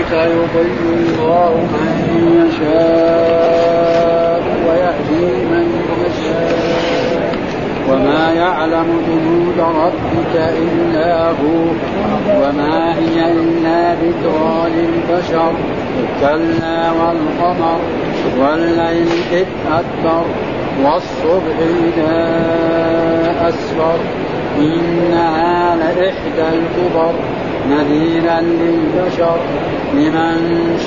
كذلك يضل الله من يشاء ويهدي من يشاء وما يعلم جنود ربك إلا هو وما هي إلا ذكرى للبشر كلا والقمر والليل إذ أدبر والصبح إذا أسفر إنها لإحدى الكبر نذيرا للبشر لمن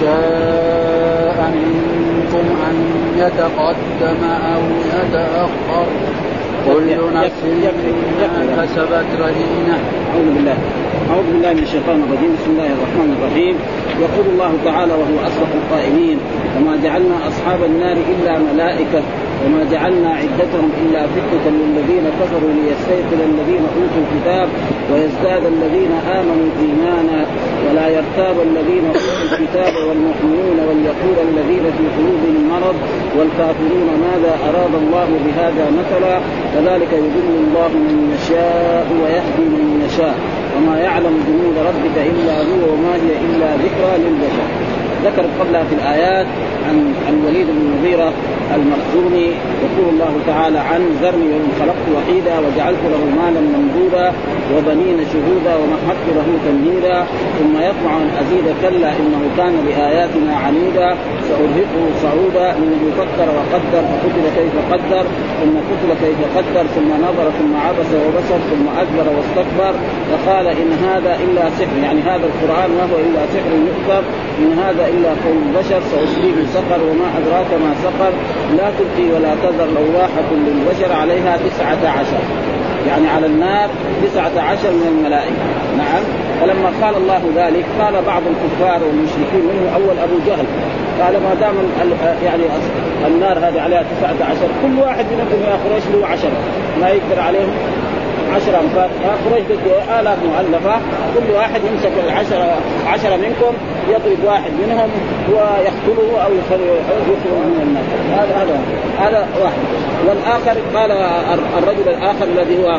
شاء منكم أن يتقدم أو يتأخر كل نفس بما كسبت رهينة. أعوذ بالله من الشيطان الرجيم. بسم الله الرحمن الرحيم. يقول الله تعالى وهو أصدق القائلين وما جعلنا أصحاب النار إلا ملائكة وما جعلنا عدتهم إلا فتنة للذين كفروا ليستيقن الذين أوتوا الكتاب ويزداد الذين آمنوا إيمانا ولا يرتاب الذين أوتوا الكتاب والمؤمنون وليقول الذين في قلوبهم مرض والكافرون ماذا أراد الله بهذا مثلا كذلك يضل الله من يشاء ويهدي من يشاء وما يعلم جنود ربك إلا هو وما هي إلا ذكرى للبشر. ذكر قبلها في الآيات عن الوليد بن المغيرة المخزومي يقول الله تعالى عن ذرني ومن خلقت وحيدا وجعلت له مالا ممدودا وبنين شهودا ومهدت له تمهيدا ثم يطمع أن أزيد كلا إنه كان بآياتنا عنيدا سأرهقه صعودا من يفكر وقدر فقتل كيف قدر ثم قتل كيف قدر ثم نظر ثم عبس وبصر ثم أدبر واستكبر فقال إن هذا إلا سحر يعني هذا القرآن ما هو إلا سحر يؤثر إن هذا إلا قول البشر سأصليه سقر وما أدراك ما سقر لا تبقي ولا تذر لواحة للبشر عليها 19 يعني على النار 19 من الملائكة. نعم. فلما قال الله ذلك قال بعض الكفار والمشركين منه أول أبو جهل قال ما دام يعني النار هذه عليها 19 كل واحد منكم يا قريش له 10 ما يقدر عليهم 10 أنفار يا قريش بده آلاف مؤلفة كل واحد يمسك 10 منكم يضرب واحد منهم ويقتله أو يخرجه من الناس. هذا واحد. والآخر قال الرجل الآخر الذي هو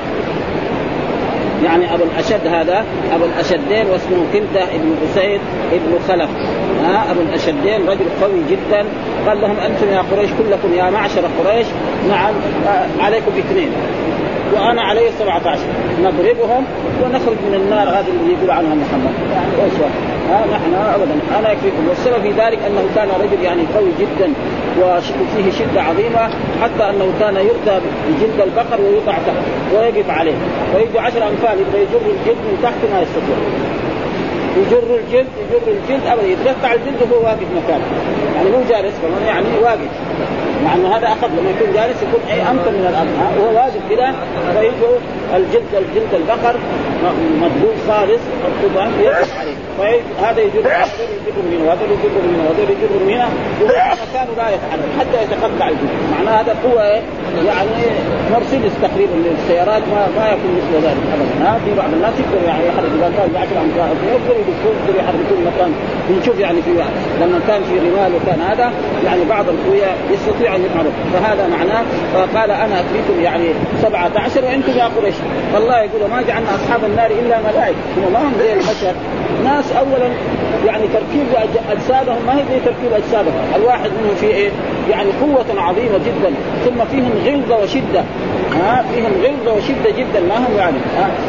يعني أبو الأشد هذا أبو الأشدين واسمه كلدة ابن أسيد ابن خلف أبو الأشدين رجل قوي جدا قال لهم أنتم يا قريش كلكم يا معشر قريش نعم عليكم 2 وأنا عليه 17 نضربهم ونخرج من النار هذه اللي يقول عنها محمد يعني إيش نحن أبدا أنا يكفيكم. والسبب في ذلك أنه كان رجل يعني قوي جدا وفيه شدة عظيمة حتى أنه كان يؤتى بجلد البقر ويوضع تحت ويقف عليه ويجي 10 أمثال يبغى يجر الجلد من تحت ما يستطيع يجر الجلد أبدا يتقطع الجلد وهو واقف مكانه يعني مو جالس كمان يعني واقف مع أنه هذا أخذ لما يكون جالس يكون أي أمكن من الأرض وهو واقف كده فيجوا الجلد البقر مدبوب خالص طبعا يقف عليه فهذا يجر منه وهذا يجر منه وهذا يجر منه ومكانه لا يتحرك حتى يتقطع الجلد. معناه هذا قوة يعني مرسيدس تقريبا للسيارات ما يكون مثل ذلك أبدا. في بعض الناس يقدر يعني يحرك إذا كان 10 أمتار يقدر يحرك كل مكان بنشوف يعني في لما كان في رمال وكان هذا يعني بعض القوية يستطيع أن يفعله. فهذا معناه فقال أنا أكفيكم يعني 17 وأنتم يا قريش والله يقول ما جعلنا أصحاب النار إلا ملائكة هم ما هم زي البشر ناس أولا يعني تركيب أجسادهم ما هي زي تركيب أجسادهم الواحد منهم فيه إيه يعني قوة عظيمة جدا ثم فيهم غلظة وشدة فيهم غلظة وشدة جدا ما هم يعني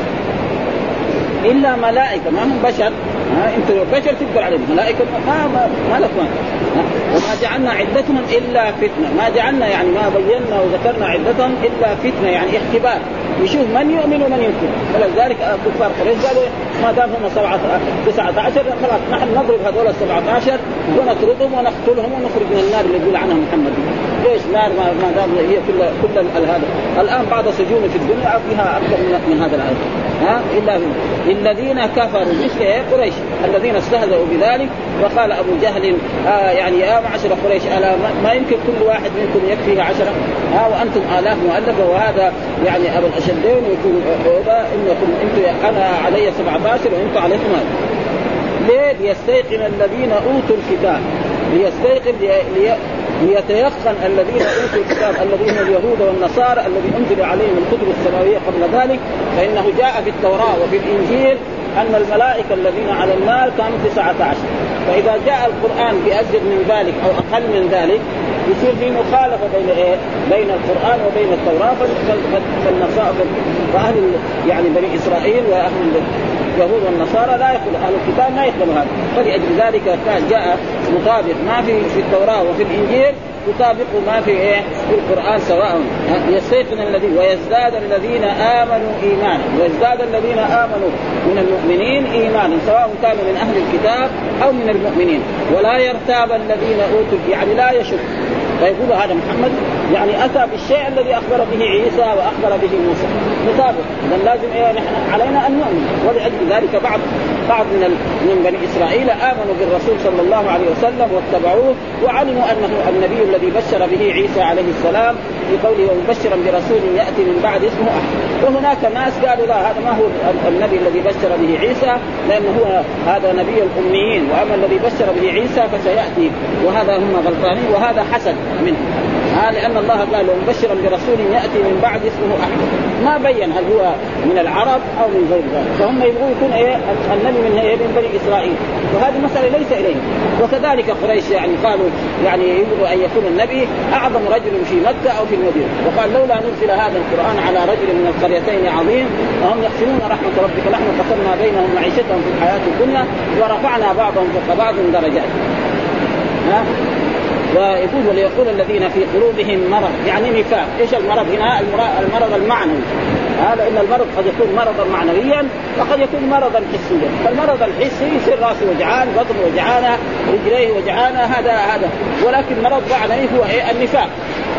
إلا ملائكة ما هم بشر أنت لو بشر تقدر عليهم ملائكة ما لك وما جعلنا عدتهم إلا فتنة ما جعلنا يعني ما بينا وذكرنا عدتهم إلا فتنة يعني اختبار يشوف من يؤمن ومن ينكر. فلذلك كفار قريش قالوا ما دام هم 19 خلاص نحن نضرب هذول 17 ونطردهم ونقتلهم ونخرج من النار اللي يقول عنها محمد. ليش نار ما دام هي كل هذا الآن بعض سجون في الدنيا فيها أكثر من هذا العدد إلا الذين كفروا مثل قريش الذين استهزئوا بذلك. وقال أبو جهل يعني يا معشر قريش ألا ما يمكن كل واحد منكم يكفيه 10 وأنتم آلاف مؤلفة وهذا يعني أبو الأشدين يقول إنكم أنتم أنا علي 17 وأنتم عليكم ليه ليستيقن الذين أوتوا الكتاب ليستيقن ليتيقن الذين أوتوا الكتاب الذين اليهود والنصارى الذين أنزل عليهم الكتب السماوية قبل ذلك فإنه جاء في التوراة وفي الإنجيل أن الملائكة الذين على النار كانوا 19. فإذا جاء القرآن بأزيد من ذلك أو أقل من ذلك يصير في مخالفة بين القرآن وبين التوراة. فالنصارى فأهل يعني بني إسرائيل وأهل اليهود والنصارى لا يقبل، أهل الكتاب لا يقبل هذا. فلأجل ذلك جاء مطابق ما في التوراة وفي الإنجيل يطابق ما في في القرآن سواء. يستيقن الذين ويزداد الذين آمنوا إيمانا، ويزداد الذين آمنوا من المؤمنين إيمانا سواء كانوا من أهل الكتاب أو من المؤمنين، ولا يرتاب الذين أوتوا يعني لا يشك. فيقول هذا محمد يعني أتى بالشيء الذي أخبر به عيسى وأخبر به موسى مطابق. إذن لازم نحن علينا أن نؤمن. ولأجل ذلك بعض من بني إسرائيل آمنوا بالرسول صلى الله عليه وسلم واتبعوه وعلموا أنه النبي الذي بشر به عيسى عليه السلام في قوله ومبشرا برسول يأتي من بعد اسمه أحمد. وهناك ناس قالوا لا هذا ما هو النبي الذي بشر به عيسى لأنه هو هذا نبي الأميين، وأما الذي بشر به عيسى فسيأتي، وهذا هم غلطانين وهذا حسد منه. لأن الله قال ومبشرا برسول يأتي من بعد اسمه أحمد، ما بين هل هو من العرب أو من غير ذلك. فهم يبغوا يكون النبي من بني إسرائيل، وهذه مسألة ليس إليهم. وكذلك قريش يعني قالوا يعني يبغوا أن يكون النبي أعظم رجل في مكة أو في المدينة، وقال لولا نزل هذا القرآن على رجل من القريتين عظيم وهم يحسنون رحمة ربك نحن قسمنا بينهم معيشتهم في الحياة الدنيا ورفعنا بعضهم فوق بعض درجات. ويقول وليقول الذين في قلوبهم مرض يعني نفاق. ايش المرض هنا؟ المرض المعنوي. هذا ان المرض قد يكون مرضا معنويا وقد يكون مرضا حسيا. فالمرض الحسي يصير راسه وجعان، بطن وجعانه، رجليه وجعانه، هذا ولكن مرض معنوي هو النفاق.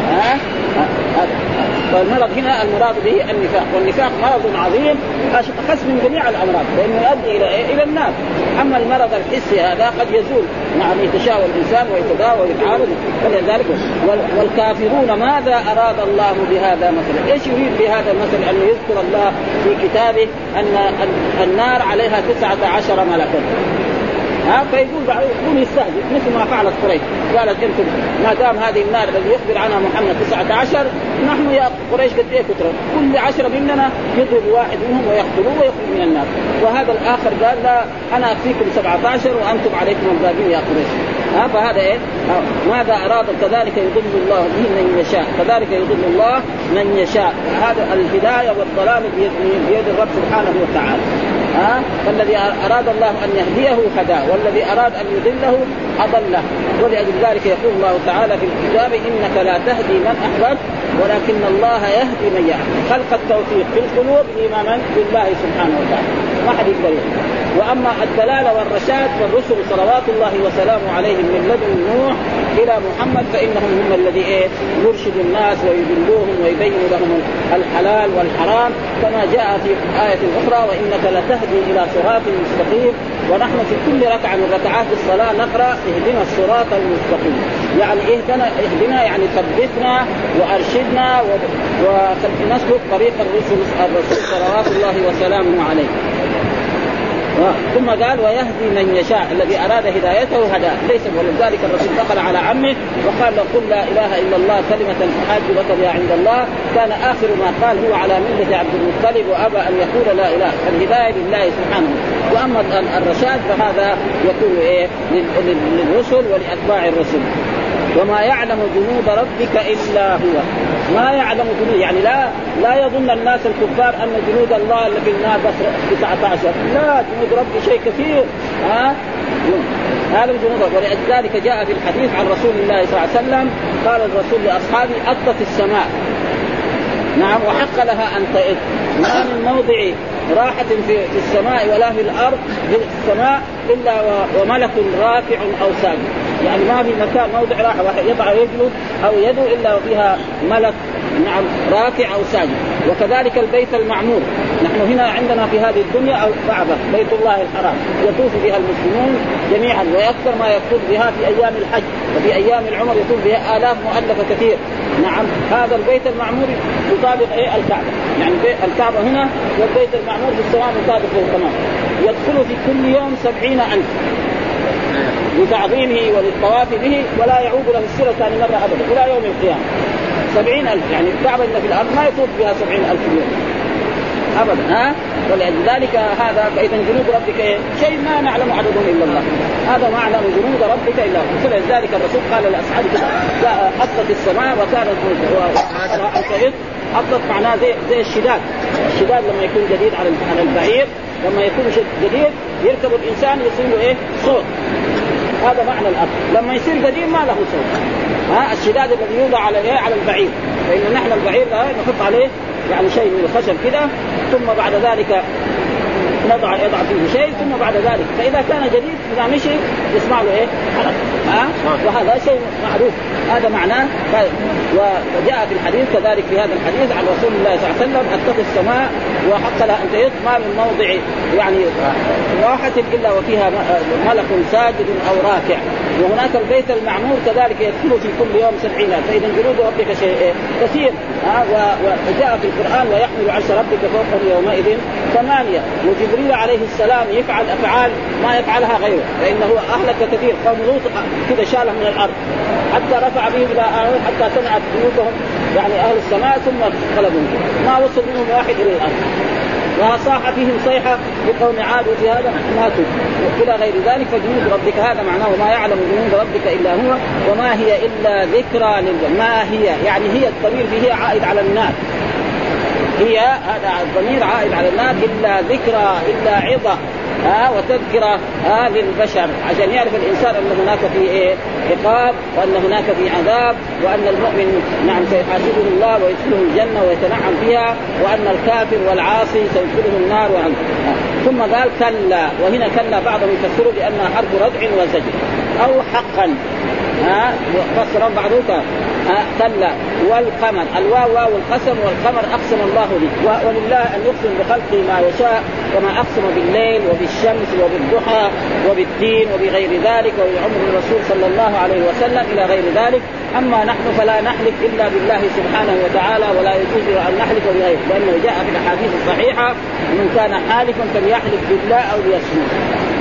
والمرض هنا المراد به النفاق، والنفاق مرض عظيم أخص من جميع الأمراض لأنه يؤدي إلى النار. أما المرض الحسي هذا قد يزول، نعم يتشاوى الإنسان ويتداوى ويتعالج. فلذلك والكافرون ماذا أراد الله بهذا مثلا؟ إيش يريد بهذا المثل؟ أنه يذكر الله في كتابه أن النار عليها 19 ملكا. فيقول يكون يستهزئ مثل ما فعلت قريش، قالت انتم ما دام هذه النار الذي يخبر عنها محمد 19 نحن يا قريش قد ايه كثر كل 10 مننا يضرب واحد منهم ويقتلوه ويخرج من النار. وهذا الاخر قال لا انا اكفيكم 17 وانتم عليكم الباقين يا قريش. فهذا ماذا اراد؟ كذلك يضل الله به من يشاء، كذلك يضل الله من يشاء. هذا الهدايه والضلال بيد الرب سبحانه وتعالى. فالذي أراد الله أن يهديه هداه، والذي أراد أن يضله أضله. ولأجل ذلك يقول الله تعالى في الكتاب إنك لا تهدي من أحببت ولكن الله يهدي من يشاء. خلق التوفيق في القلوب إيمانا بالله سبحانه وتعالى ما حد يقدر. وأما الدلالة والرشاد فالرسل صلوات الله وسلامه عليهم من لدن نوح إلى محمد فإنهم هم الذي يرشد الناس ويدلوهم ويبين لهم الحلال والحرام كما جاء في آية أخرى وإنك لتهدي إلى صراط مستقيم. ونحن في كل ركعة من ركعات الصلاة نقرأ اهدنا الصراط المستقيم، يعني اهدنا يعني ثبتنا وأرشدنا ونسلك طريق الرسل صلوات الله وسلامه عليه. ثم قال ويهدي من يشاء، الذي أراد هدايته هداه ليس. ولذلك الرسول دخل على عمه وقال له قل لا إله إلا الله كلمة تحاج لك بها عند الله. كان آخر ما قال هو على ملة عبد المطلب وأبى أن يقول لا إله. الهداية لله سبحانه. وأما الرشاد فهذا يكون للرسل ولأتباع الرسل. وما يعلم جنود ربك إلا هو. ما يعلم جنود يعني لا يظن الناس الكفار أن جنود الله اللي في النار بس 19. لا، جنود ربي شيء كثير. هذا الجنود. ولذلك جاء في الحديث عن رسول الله صلى الله عليه وسلم قال الرسول لأصحابه أطت السماء نعم وحق لها أن تئد. ما من موضع راحة في السماء ولا في الأرض في السماء إلا وملك رافع أو ساجد. يعني ما في مكان موضع راحة واحد يضع رجله أو يده إلا وفيها ملك نعم رافع أو ساجد. وكذلك البيت المعمور، نحن هنا عندنا في هذه الدنيا أو كعبة بيت الله الحرام يطوف بها المسلمون جميعا، ويكثر ما يطوف بها في أيام الحج وفي أيام العمر يطوف بها آلاف مؤلفة كثير. نعم هذا البيت المعمور يطابق الكعبة، يعني الكعبة هنا والبيت المعمور في السماء يطابق تمام. يدخل في كل يوم 70,000 لتعظيمه وللطواف به ولا يعود له السيرة ثاني مرة أبدا إلى يوم القيامة. 70,000 يعني الكعبة اللي في الأرض ما يطوف بها 70,000 يوم. أبدا. ولذلك هذا فإذا جنود ربك إيه؟ شيء ما نعلم عددهم إلا الله. هذا معنى جنود ربك إلا الله. فلذلك الرسول قال لأصحابه أطلت السماء وكانت أطلت معناه زي الشداد. الشداد لما يكون جديد على البعير، لما يكون جديد يركب الإنسان يصير له إيه؟ صوت. هذا معنى الأرض. لما يصير قديم ما له صوت. الشداد الذي يوضع على البعير، فإن نحن البعير نحط عليه يعني شيء من الخشب كده، ثم بعد ذلك يضع فيه شيء، ثم بعد ذلك فإذا كان جديد إذا مشي يسمع له إيه؟ حرك. وهذا شيء معروف. هذا معناه. وجاء في الحديث كذلك في هذا الحديث عن رسول الله صلى الله عليه وسلم أطلت السماء وحق لها أن تهط ما من موضع يعني راحة إلا وفيها ملك ساجد أو راكع. وهناك البيت المعمور كذلك يدخل في كل يوم 70. فإذا جنود ربك شيء كثير. وجاء في القرآن ويحمل عرش ربك فوقهم يومئذ 8. وجبريل عليه السلام يفعل أفعال ما يفعلها غيره، فإنه أهلك كثير. قوم لوط كذا شاله من الأرض حتى رفع بهم إلى حتى سمعت بيوتهم يعني أهل السماء ثم قلبهم ما وصل منهم واحد إلى الأرض. وصاح فيهم صيحة بقوم عاد وفي هذا ماتوا وإلى غير ذلك. فجنود ربك هذا معناه ما يعلم جنود ربك إلا هو وما هي إلا ذكرى ما هي يعني هي الضمير فيها عائد على الناس. هي هذا الضمير عائد على الناس إلا ذكرى إلا عظة وتذكرة للبشر عشان يعرف الإنسان أن هناك في إيه؟ عقاب، وأن هناك في عذاب، وأن المؤمن نعم سيحاسبه الله ويدخله الجنة ويتنعم فيها، وأن الكافر والعاصي سيدخله النار ثم قال كلا. وهنا كلا بعضهم يفسره بأنها حرف ردع وزجر أو حقا. فسر بعضهم كلا. والقمر الواو واو القسم، والقمر أقسم الله به. ولله أن يقسم بخلقه ما يشاء كما أقسم بالليل وبالشمس وبالضحى وبالدين وبغير ذلك وبعمر الرسول صلى الله عليه وسلم إلى غير ذلك. أما نحن فلا نحلف إلا بالله سبحانه وتعالى ولا يجوز أن نحلف بغيره، لأنه جاء في الأحاديث الصحيحة من كان حالفا فليحلف بالله أو ليصمت.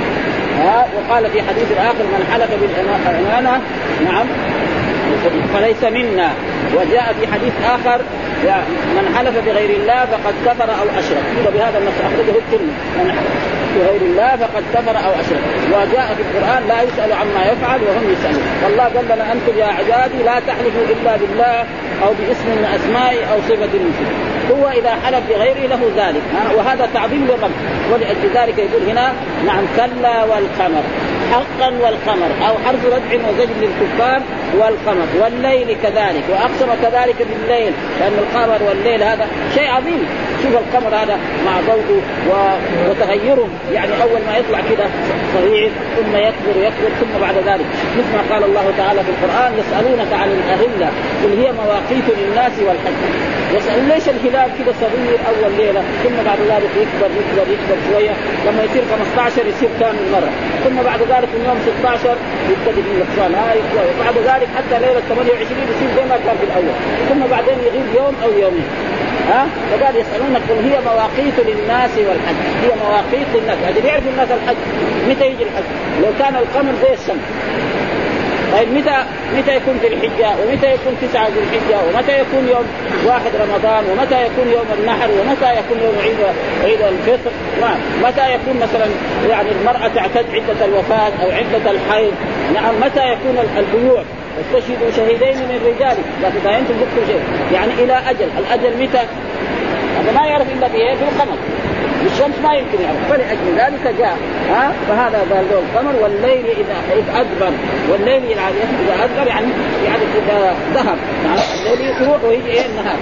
وقال في حديث آخر من حلف بالأمانة نعم فليس منا. وجاء في حديث آخر من حلف بغير الله فقد كفر أو أشرك. بهذا النص أخرجه الترمذي من حلف بغير الله فقد كفر أو أشرك. وجاء في القرآن لا يسأل عما يفعل وهم يسألون. والله قال لنا أنتم يا عبادي لا تحلفوا إلا بالله أو باسم من أسمائه أو صفة من صفاته. هو إذا حلف بغيره له ذلك. وهذا تعظيم للرب. ولأجل ذلك يقول هنا نعم كلا والقمر حقا والقمر أو حرف ردع وزجر للكفار والقمر والليل كذلك. وأقسم كذلك بالليل لأن القمر والليل هذا شيء عظيم. شوف القمر هذا مع ضوءه وتغيره يعني أول ما يطلع كده صغير ثم يكبر ثم بعد ذلك مثل ما قال الله تعالى في القرآن يسألونك عن الأهلة قل هي مواقيت للناس والحج. يسألون ليش الهلال كده صغير أول ليلة ثم بعد ذلك يكبر شوية لما يصير 15 يصير كامل مرة ثم بعد ذلك من يوم 16 يبتدي في النقصان وبعد ذلك حتى ليلة 28 يصير زي ما كان في الأول ثم بعدين يغيب يوم أو يومين. فقال يسألونك قل هي مواقيت للناس والحج. هي مواقيت للناس يعني بيعرف الناس الحج متى يجي الحج. لو كان القمر زي الشمس طيب متى يكون في الحجة ومتى يكون 9 ذي الحجة ومتى يكون يوم 1 رمضان ومتى يكون يوم النحر ومتى يكون يوم عيد الفطر متى يكون مثلا يعني المرأة تعتد عدة الوفاة أو عدة الحيض. نعم متى يكون البيوع استشهدوا شهيدين من رجالك لكن لا ينتم ذكر شيء يعني إلى أجل. الأجل متى هذا ما يعرف إلا في القمر الشمس ما يمكن يعرف. فلأجل ذلك جاء فهذا قال له القمر والليل إذا أدبر. والليل إذا أدبر يعني إذا ذهب يعني الليل يروح ويجي النهار.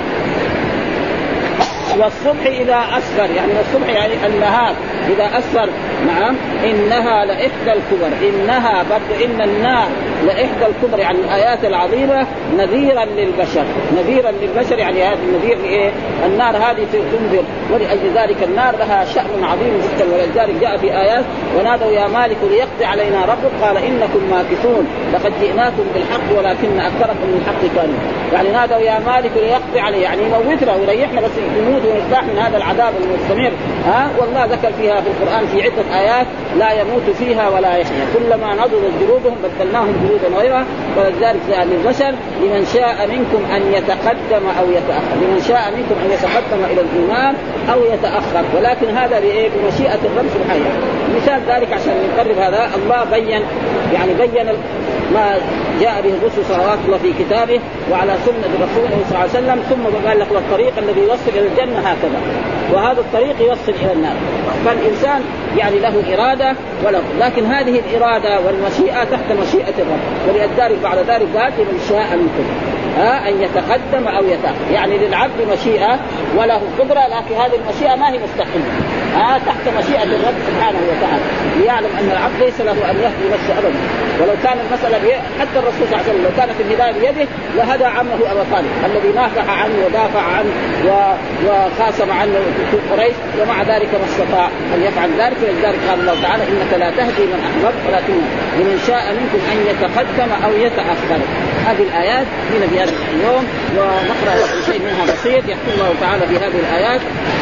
والصبح إذا أسفر يعني والصبح يعني النهار إذا أسفر. نعم إنها لإحدى الكبر. إنها برضو إن النار لإحدى الكبر يعني الآيات العظيمة نذيرا للبشر يعني هذا النذير إيه النار هذه تنذر. ولأجل ذلك النار لها شأن عظيم جدا ولذلك جاء في آيات ونادوا يا مالك ليقضي علينا ربك قال إنكم ماكثون لقد جئناكم بالحق ولكن أكثركم من الحق كانوا. يعني نادوا يا مالك ليقضي عليه يعني يموتنا ويريحنا بس نموت ونرتاح من هذا العذاب المستمر. والله ذكر فيها في القرآن في عدة آيات لا يموت فيها ولا يحيا كلما نضجت جلودهم بدلناهم جلودا غيرها. ولذلك للبشر لمن شاء منكم أن يتقدم أو يتأخر، لمن شاء منكم أن يتقدم إلى الإيمان أو يتأخر، ولكن هذا بمشيئة الرب سبحانه. مثال ذلك عشان نقرب هذا الله بين ما جاء به الرسل صلوات الله في كتابه وعلى سنة رسوله صلى الله عليه وسلم، ثم قال لك الطريق الذي يوصل إلى الجنة هكذا، وهذا الطريق يوصل إلى النار. فالإنسان يعني له إرادة وله، لكن هذه الإرادة والمشيئة تحت مشيئة الرب. ولذلك بعد ذلك قال من شاء منكم أن يتقدم أو يتأخر، يعني للعبد مشيئة وله قدرة، لكن هذه المشيئة ما هي مستقلة تحت مشيئة الرب سبحانه وتعالى، ليعلم أن العبد ليس له أن يهدي نفسه أبدا. ولو كان المسألة حتى الرسول صلى الله عليه وسلم لو كانت الهداية بيده لهدى عمه أبا طالب الذي نافع عنه ودافع عنه وخاصم عنه في قريش، ومع ذلك ما استطاع أن يفعل ذلك. ولذلك قال الله تعالى إنك لا تهدي من أحببت ولكن لمن شاء منكم أن يتقدم أو يتأخر. هذه الآيات من في هذا اليوم ونقرأ شيء منها بسيط. يحكي الله تعالى في هذه الآيات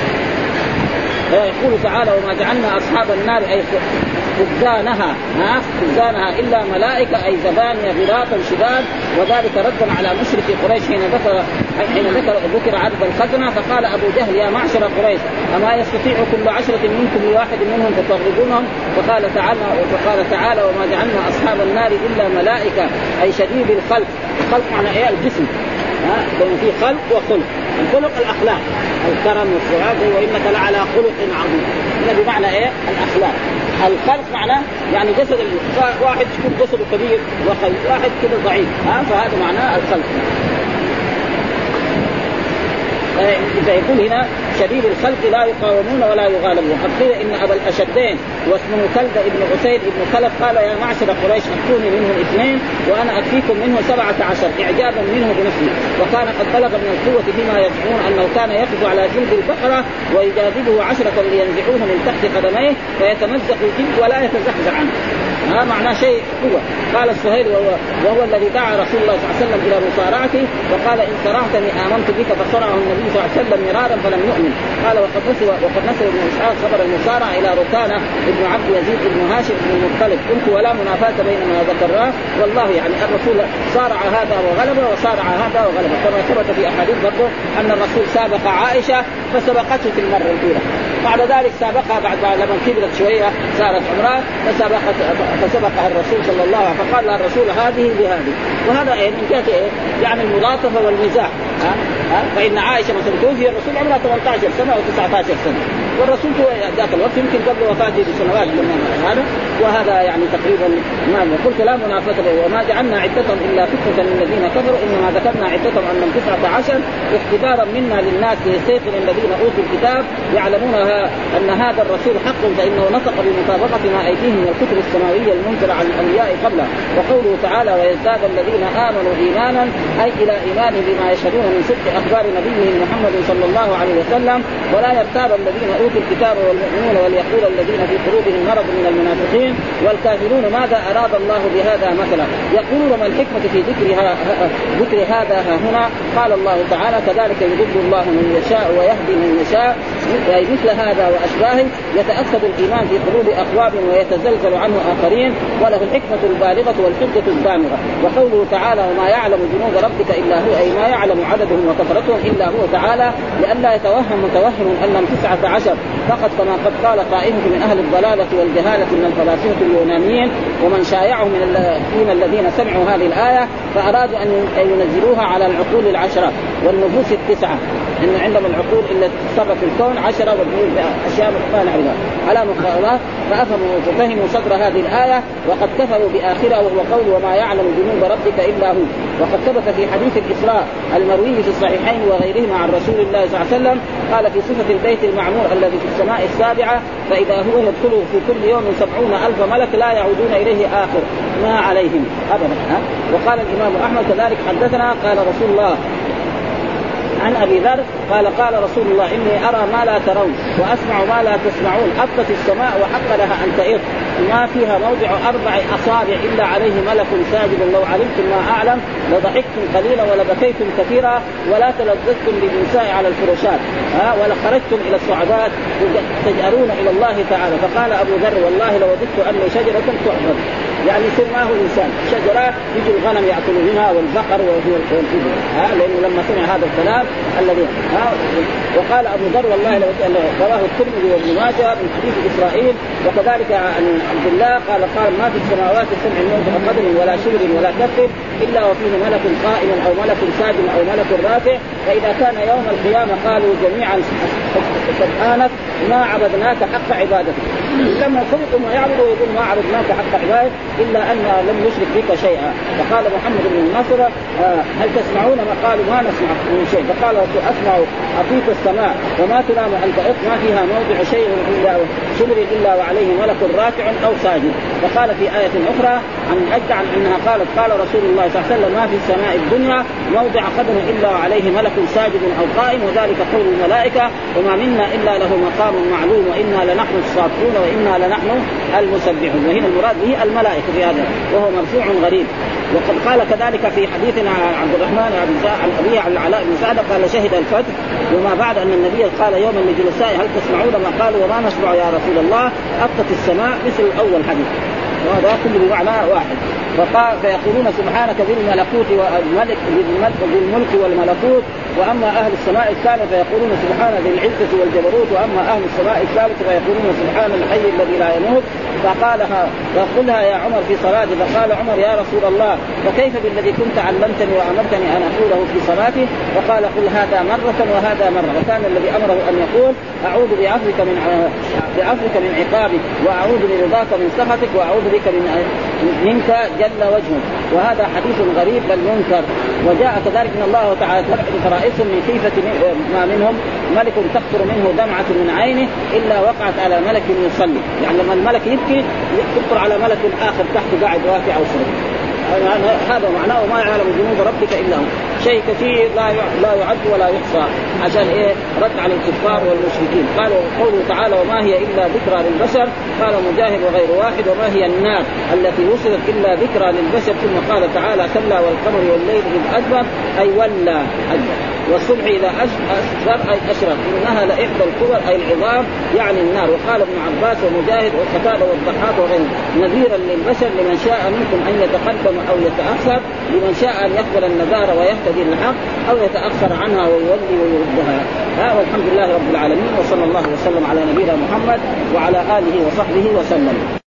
يقول تعالى وما جعلنا أصحاب النار أي خزانها إلا ملائكة أي زبانية غلاطا شداد. وذلك ردا على مشرك قريش حين ذكر عدد الخزنة فقال أبو جهل يا معشر قريش أما يستطيع كل 10 منكم لواحد منهم فتغلبونهم؟ فقال تعالى وما جعلنا أصحاب النار إلا ملائكة أي شديد الخلق. الخلق معنى إيه؟ الجسم. في خلق وخلق. الخلق الأخلاق الكرم والسعادة وإنك لعلى خلق عظيم. هذا بمعنى إيه؟ الأخلاق. الخلق معناه يعني جسد واحد يكون جسده كبير واحد كده ضعيف فهذا معناه الخلق. إذا يقول هنا شديد الخلق لا يقاومون ولا يغالبون. قد قيل إن أبا الأشدين واسمه كلب ابن عسيد ابن خلف قال يا معشر قريش أتوني منهم 2 وأنا أكفيكم منه 17 إعجابا منه بنفسه. وكان قد بلغ من القوة فيما يزعمون أنه كان يقف على جلد البقرة ويجاذبه 10 لينزعوه من تحت قدميه فيتمزق الجلد ولا يتزحزح عنه. معناه شيء قوة. قال السهيل وهو الذي دعا رسول الله صلى الله عليه وسلم إلى مصارعته وقال إن صرعتني آمنت بك فصرعه النبي صلى الله عليه وسلم مرارا فلم يؤمن. قال وقد نسب ابن إسحاق خبر المصارعة إلى ركانة ابن عبد يزيد ابن هاشم بن المطلب قلت ولا منافاة بين ما ذكرناه والله يعني الرسول صارع هذا وغلبه وصارع هذا وغلبه كما ثبت في أحاديث برضه أن الرسول سابق عائشة فسبقته في المرة الأولى بعد ذلك سابقها بعد لما كبرت شوية صارت عمران فسبقها الرسول صلى الله عليه وسلم فقال الرسول هذه بهذه. وهذا من جهة يعني الملاطفة والمزاح. فإن عائشة مثلا توفي الرسول عمرها 18 سنة أو 19 سنة والرسول ذاك الوقت يمكن قبل وفاته بسنوات هذا وهذا يعني تقريبا ما قلت لا منافسة وما جعلنا عدتهم إلا فتنة للذين كفروا إنما ذكرنا عدتهم أنهم 19 اختبارا منا للناس ليستيقن الذين أوتوا الكتاب يعلمون أن هذا الرسول حق فإنه نطق بمطابقة ما أيديهم من الكتب السماوية المنزلة على الأنبياء قبله. وقوله تعالى ويزداد الذين آمنوا إيمانا أي إلى إيمان بما يشهدون من صدق أخبار نبيهم محمد صلى الله عليه وسلم ولا يرتاب الذين أوتوا الكتاب والمؤمنون وليقول الذين في قلوبهم مرض من المنافقين والكافرون ماذا أراد الله بهذا مثلا. يقولون ما الحكمة في ذكر هذا هنا. قال الله تعالى كذلك يضل الله من يشاء ويهدي من يشاء أي مثل هذا وأشباهه يتأكد الإيمان في قلوب أقوام ويتزلزل عنه آخرين وله الحكمة البالغة والحجة الدامغة. وقوله تعالى وما يعلم جنود ربك إلا هو أي ما يعلم عددهم وكثرتهم إلا هو تعالى لئلا يتوهم متوهم أنهم 19 فقط كما قد قال طائفة من أهل الضلالة والجهالة من الفلاسفة اليونانيين ومن شايعهم من الذين سمعوا هذه الآية فأرادوا أن ينزلوها على العقول 10 والنفوس 9 إن عندهم العقول إلا تصرف في الكون 10 والنور بأشياء ما نعرفها على مخالفة ففهموا صدر هذه الآية وقد كفروا بآخرها وهو قول وما يعلم جنود ربك إلا هو. وقد ثبت في حديث الإسراء المروي في الصحيحين وغيرهما عن رسول الله صلى الله عليه وسلم قال في صفة البيت المعمور الذي في السماء السابعة فإذا هو يدخله في كل يوم 70,000 ملك لا يعودون إليه آخر ما عليهم أبدا. وقال الإمام أحمد كذلك حدثنا قال رسول الله عن أبي ذر قال رسول الله إني أرى ما لا ترون وأسمع ما لا تسمعون أفت السماء وحق لها أن تئر ما فيها موضع 4 أصابع إلا عليه ملك ساجد، لو علمتم ما أعلم لضحكتم قليلا ولبكيتم كثيرا ولا تلذذتم بالنساء على الفرشات ولخرجتم إلى الصعدات تجأرون إلى الله تعالى. فقال أبو ذر والله لوددت أني شجرة تعبد، يعني يصير ما هو إنسان، شجرة يجي الغنم يأكلوا منها والبقر والإبل لأنه لما سمع هذا الكلام الذي وقال أبو ذر والله لو رواه الترمذي وابن ماجه من حديث إسرائيل. وكذلك عن عبد الله قال ما في السماوات سمع موضع قدر ولا شبر ولا كف إلا وفيه ملك قائم أو ملك ساجد أو ملك رافع، فإذا كان يوم القيامة قالوا جميعا سبحانك ما عبدناك حق عبادتك، لما خلقوا ما يعبدوا يقول ما عبدناك حق عبادتك إلا أن لم يشرك بك شيئا. فقال محمد بن النصر هل تسمعون ما قالوا ما نسمع من شيء، فقال أسمع أطيق السماء وما تنام أنت ما فيها موضع شيء إلا شبر إلا وعليه ملك راكع أو ساجد. فقال في آية أخرى عن أجدع أنها قال رسول الله صلى الله عليه وسلم ما في السماء الدنيا موضع قدم إلا وعليه ملك ساجد أو قائم، وذلك قول الملائكة وما منا إلا له مقام معلوم وإنا لنحن الصافون وإنا لنحن المسبحون. وهنا المراد به الملائكة في هذا وهو مرفوع غريب. وقد قال كذلك في حديثنا عبد الرحمن عن أبي عن العلاء بن سعد قال شهد الفجر وما بعد أن النبي قال يوما لجلسائه هل تسمعون ما قالوا وما نسمع يا رسول الله أبقت السماء مثل الأول حديث، وهذا كله بمعنى واحد. فيقولون سبحانك ذي الملكوت والملك ذي الملك والملكوت، وأما أهل السماء الثالثة فيقولون سبحان ذي العزة والجبروت، وأما أهل السماء الثالثة فيقولون سبحان الحي الذي لا يموت. فقلها يا عمر في صلاتي، فقال عمر يا رسول الله فكيف بالذي كنت علمتني وأمرتني أن أقوله في صلاتي؟ فقال قل هذا مرة وهذا مرة. وكان الذي أمره أن يقول أعوذ بعفوك من عقابك وأعوذ برضاك من سخطك وأعوذ بك منك جل وجهك. وهذا حديث غريب بل منكر. وجاء كذلك من الله تعالى فرائسهم من كيفة ما منهم ملك تقطر منه دمعة من عينه إلا وقعت على ملك يصلي، يعني لما الملك يبكي يقطر على ملك آخر تحت قاعد واقع أو صلي. هذا معناه وما يعلم جنود ربك إلا هو، شيء كثير لا يعد ولا يحصى عشان رد على الكفار والمشركين. قال قوله تعالى وما هي إلا ذكرى للبشر، قال مجاهد وغير واحد وما هي النار التي وصلت إلا ذكرى للبشر. ثم قال تعالى كلا والقمر والليل إذ أدبر أي ولى أدبر، والصبح إذا أسفر أي أشرق، إنها لإحدى الكبر أي العظام يعني النار. وقال ابن عباس ومجاهد والقتادة والضحاك وغيره نذيرا للبشر لمن شاء منكم أن يتقدم أو يتأخر، لمن شاء أن يقبل النذار ويهتدي الحق أو يتأخر عنها ويولي ويردها. والحمد لله رب العالمين، وصلى الله وسلم على نبينا محمد وعلى آله وصحبه وسلم.